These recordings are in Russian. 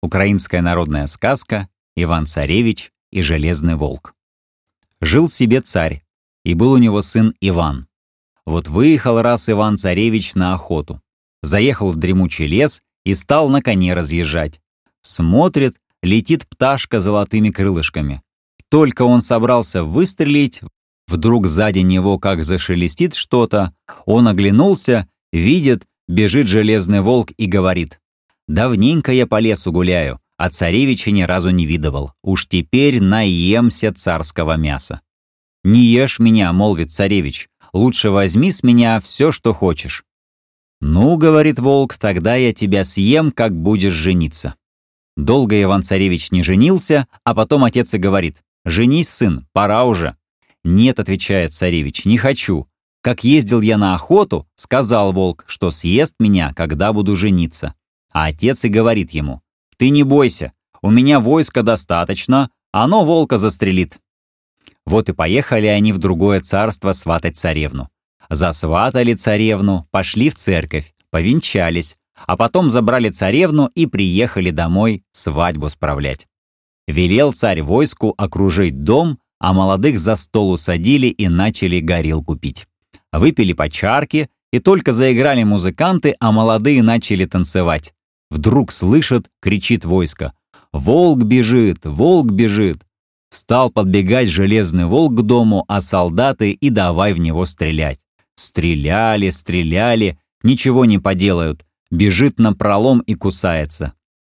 Украинская народная сказка «Иван-царевич и железный волк». Жил себе царь, и был у него сын Иван. Вот выехал раз Иван-царевич на охоту. Заехал в дремучий лес и стал на коне разъезжать. Смотрит, летит пташка золотыми крылышками. Только он собрался выстрелить, вдруг сзади него как зашелестит что-то. Он оглянулся, видит, бежит железный волк и говорит: «Давненько я по лесу гуляю, а царевича ни разу не видывал. Уж теперь наемся царского мяса». «Не ешь меня», — молвит царевич, — «лучше возьми с меня все, что хочешь». «Ну, — говорит волк, — тогда я тебя съем, как будешь жениться». Долго Иван-царевич не женился, а потом отец и говорит: «Женись, сын, пора уже». «Нет, — отвечает царевич, — не хочу. Как ездил я на охоту, сказал волк, что съест меня, когда буду жениться». А отец и говорит ему: «Ты не бойся, у меня войска достаточно, оно волка застрелит». Вот и поехали они в другое царство сватать царевну. Засватали царевну, пошли в церковь, повенчались, а потом забрали царевну и приехали домой свадьбу справлять. Велел царь войску окружить дом, а молодых за стол усадили и начали горилку пить. Выпили по чарке, и только заиграли музыканты, а молодые начали танцевать. Вдруг слышат, кричит войско: «Волк бежит! Волк бежит!» Стал подбегать железный волк к дому, а солдаты и давай в него стрелять. Стреляли, стреляли, ничего не поделают. Бежит напролом и кусается.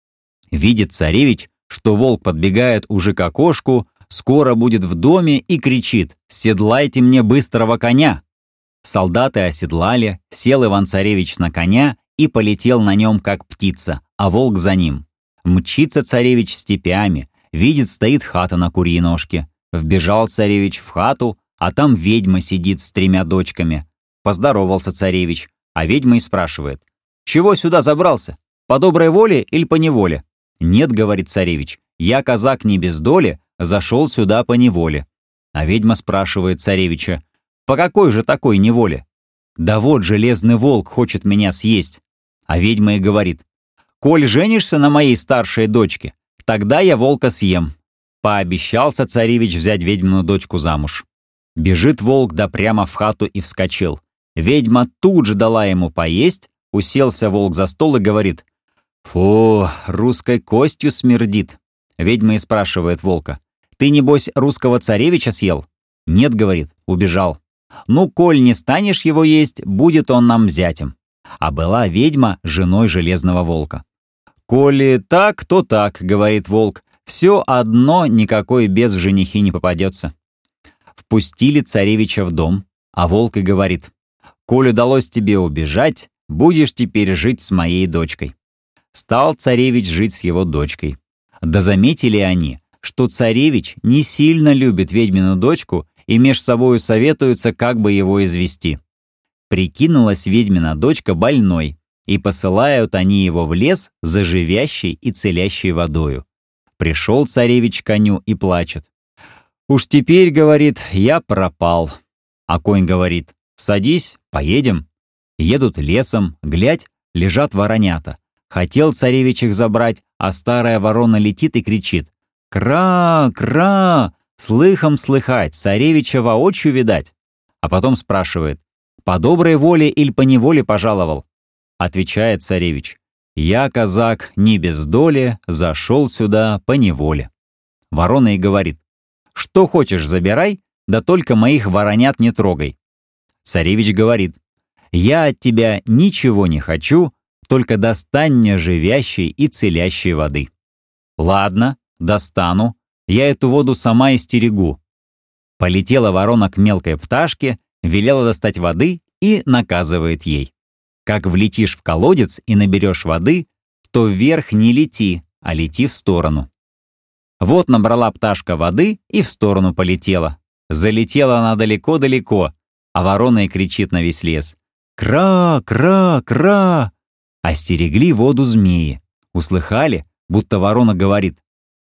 Видит царевич, что волк подбегает уже к окошку, скоро будет в доме, и кричит: «Седлайте мне быстрого коня!» Солдаты оседлали, сел Иван-царевич на коня и полетел на нем, как птица, а волк за ним. Мчится царевич степями, видит, стоит хата на курьей ножке. Вбежал царевич в хату, а там ведьма сидит с 3 дочками. Поздоровался царевич, а ведьма и спрашивает: «Чего сюда забрался? По доброй воле или по неволе?» «Нет, — говорит царевич, — я, казак не без доли, зашел сюда по неволе». А ведьма спрашивает царевича: «По какой же такой неволе?» «Да вот, железный волк хочет меня съесть». А ведьма и говорит: «Коль женишься на моей старшей дочке, тогда я волка съем». Пообещался царевич взять ведьмину дочку замуж. Бежит волк да прямо в хату и вскочил. Ведьма тут же дала ему поесть, уселся волк за стол и говорит: «Фу, русской костью смердит». Ведьма и спрашивает волка: «Ты, небось, русского царевича съел?» «Нет, — говорит, — убежал». «Ну, коль не станешь его есть, будет он нам зятем». А была ведьма женой железного волка. «Коли так, то так, — говорит волк, — все одно никакой без в женихи не попадется». Впустили царевича в дом, а волк и говорит: «Коль удалось тебе убежать, будешь теперь жить с моей дочкой». Стал царевич жить с его дочкой. Да заметили они, что царевич не сильно любит ведьмину дочку и меж собою советуются, как бы его извести. Прикинулась ведьмина дочка больной, и посылают они его в лес за живящей и целящей водою. Пришел царевич к коню и плачет. «Уж теперь, — говорит, — я пропал». А конь говорит: «Садись, поедем». Едут лесом, глядь, лежат воронята. Хотел царевич их забрать, а старая ворона летит и кричит: «Кра, кра! Слыхом слыхать, царевича воочию видать». А потом спрашивает: «По доброй воле или по неволе пожаловал?» Отвечает царевич: «Я, казак, не без доли, зашел сюда по неволе». Ворона и говорит: «Что хочешь, забирай, да только моих воронят не трогай». Царевич говорит: «Я от тебя ничего не хочу, только достань мне живящей и целящей воды». «Ладно, достану, я эту воду сама истерегу». Полетела ворона к мелкой пташке, велела достать воды и наказывает ей: «Как влетишь в колодец и наберешь воды, то вверх не лети, а лети в сторону». Вот набрала пташка воды и в сторону полетела. Залетела она далеко-далеко, а ворона и кричит на весь лес: «Кра, кра, кра!» А стерегли воду змеи. Услыхали, будто ворона говорит: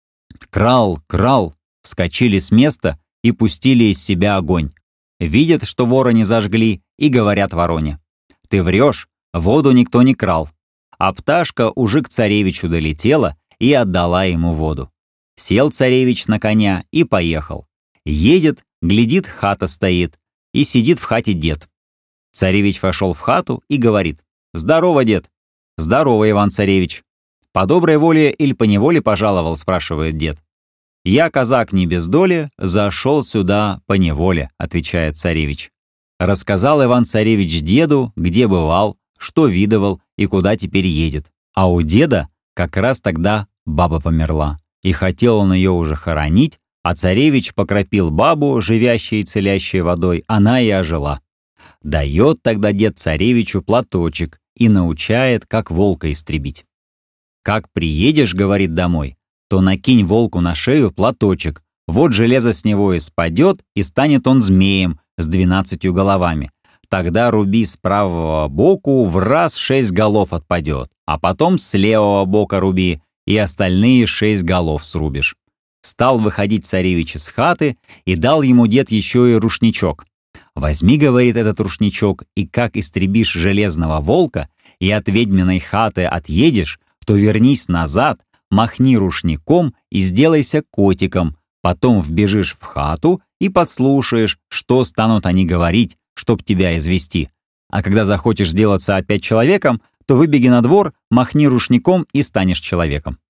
«Крал, крал!» Вскочили с места и пустили из себя огонь. Видят, что вороне зажгли, и говорят вороне: «Ты врешь, воду никто не крал». А пташка уже к царевичу долетела и отдала ему воду. Сел царевич на коня и поехал. Едет, глядит, хата стоит, и сидит в хате дед. Царевич вошел в хату и говорит: «Здорово, дед!» «Здорово, Иван-царевич!» «По доброй воле или по неволе пожаловал?» — спрашивает дед. «Я, казак не без доли, зашел сюда по неволе», — отвечает царевич. Рассказал Иван-царевич деду, где бывал, что видывал и куда теперь едет. А у деда как раз тогда баба померла, и хотел он ее уже хоронить, а царевич покропил бабу, живящей и целящей водой, она и ожила. Дает тогда дед царевичу платочек и научает, как волка истребить. «Как приедешь, — говорит, — домой, то накинь волку на шею платочек, вот железо с него и спадет, и станет он змеем с 12 головами. Тогда руби с правого боку, в раз 6 голов отпадет, а потом с левого бока руби, и остальные 6 голов срубишь». Стал выходить царевич из хаты, и дал ему дед еще и рушничок. «Возьми, — говорит, — этот рушничок, и как истребишь железного волка, и от ведьминой хаты отъедешь, то вернись назад, махни рушником и сделайся котиком, потом вбежишь в хату и подслушаешь, что станут они говорить, чтоб тебя извести. А когда захочешь сделаться опять человеком, то выбеги на двор, махни рушником и станешь человеком».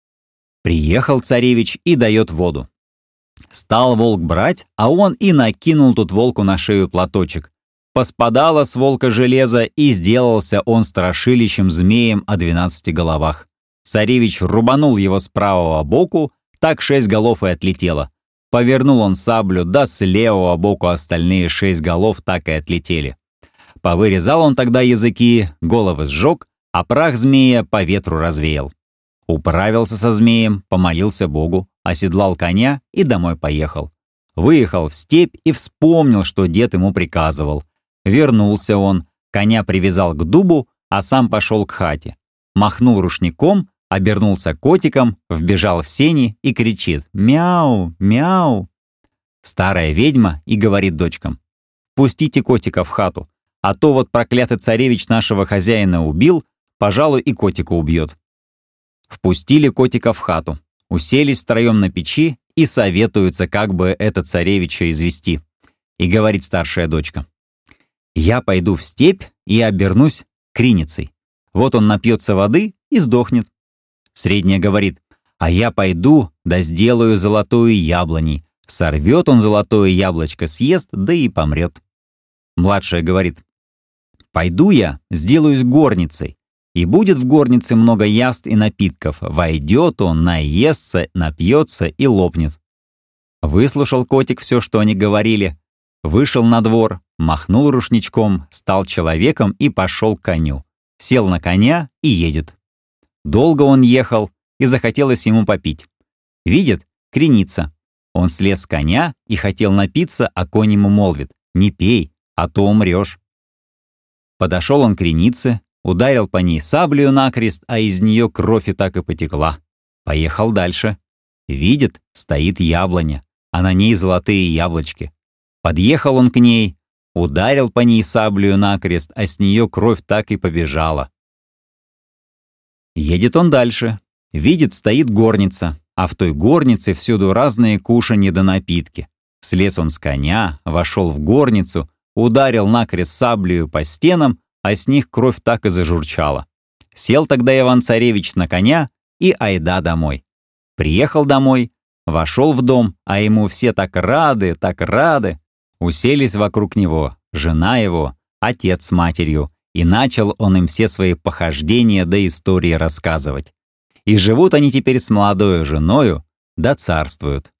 Приехал царевич и дает воду. Стал волк брать, а он и накинул тут волку на шею платочек. Поспадало с волка железо, и сделался он страшилищем змеем о 12 головах. Царевич рубанул его с правого боку, так 6 голов и отлетело. Повернул он саблю, да с левого боку остальные 6 голов так и отлетели. Повырезал он тогда языки, головы сжег, а прах змея по ветру развеял. Управился со змеем, помолился Богу, оседлал коня и домой поехал. Выехал в степь и вспомнил, что дед ему приказывал. Вернулся он, коня привязал к дубу, а сам пошел к хате. Махнул рушником, обернулся котиком, вбежал в сени и кричит: «Мяу! Мяу!» Старая ведьма и говорит дочкам: «Пустите котика в хату, а то вот проклятый царевич нашего хозяина убил, пожалуй, и котика убьет». Впустили котика в хату, уселись втроем на печи и советуются, как бы это царевича извести. И говорит старшая дочка: «Я пойду в степь и обернусь криницей. Вот он напьется воды и сдохнет». Средняя говорит: «А я пойду, да сделаю золотую яблоней. Сорвет он золотое яблочко, съест, да и помрет». Младшая говорит: «Пойду я, сделаюсь горницей. И будет в горнице много яств и напитков. Войдет он, наестся, напьется и лопнет». Выслушал котик все, что они говорили, вышел на двор, махнул рушничком, стал человеком и пошел к коню. Сел на коня и едет. Долго он ехал, и захотелось ему попить. Видит, креница. Он слез с коня и хотел напиться, а конь ему молвит: «Не пей, а то умрешь». Подошел он к кренице, ударил по ней саблею накрест, а из нее кровь и так и потекла. Поехал дальше. Видит, стоит яблоня, а на ней золотые яблочки. Подъехал он к ней, ударил по ней саблею накрест, а с нее кровь так и побежала. Едет он дальше. Видит, стоит горница, а в той горнице всюду разные кушанья да напитки. Слез он с коня, вошел в горницу, ударил накрест саблею по стенам, а с них кровь так и зажурчала. Сел тогда Иван-царевич на коня и айда домой. Приехал домой, вошел в дом, а ему все так рады, так рады. Уселись вокруг него, жена его, отец с матерью, и начал он им все свои похождения да истории рассказывать. И живут они теперь с молодою женою, да царствуют.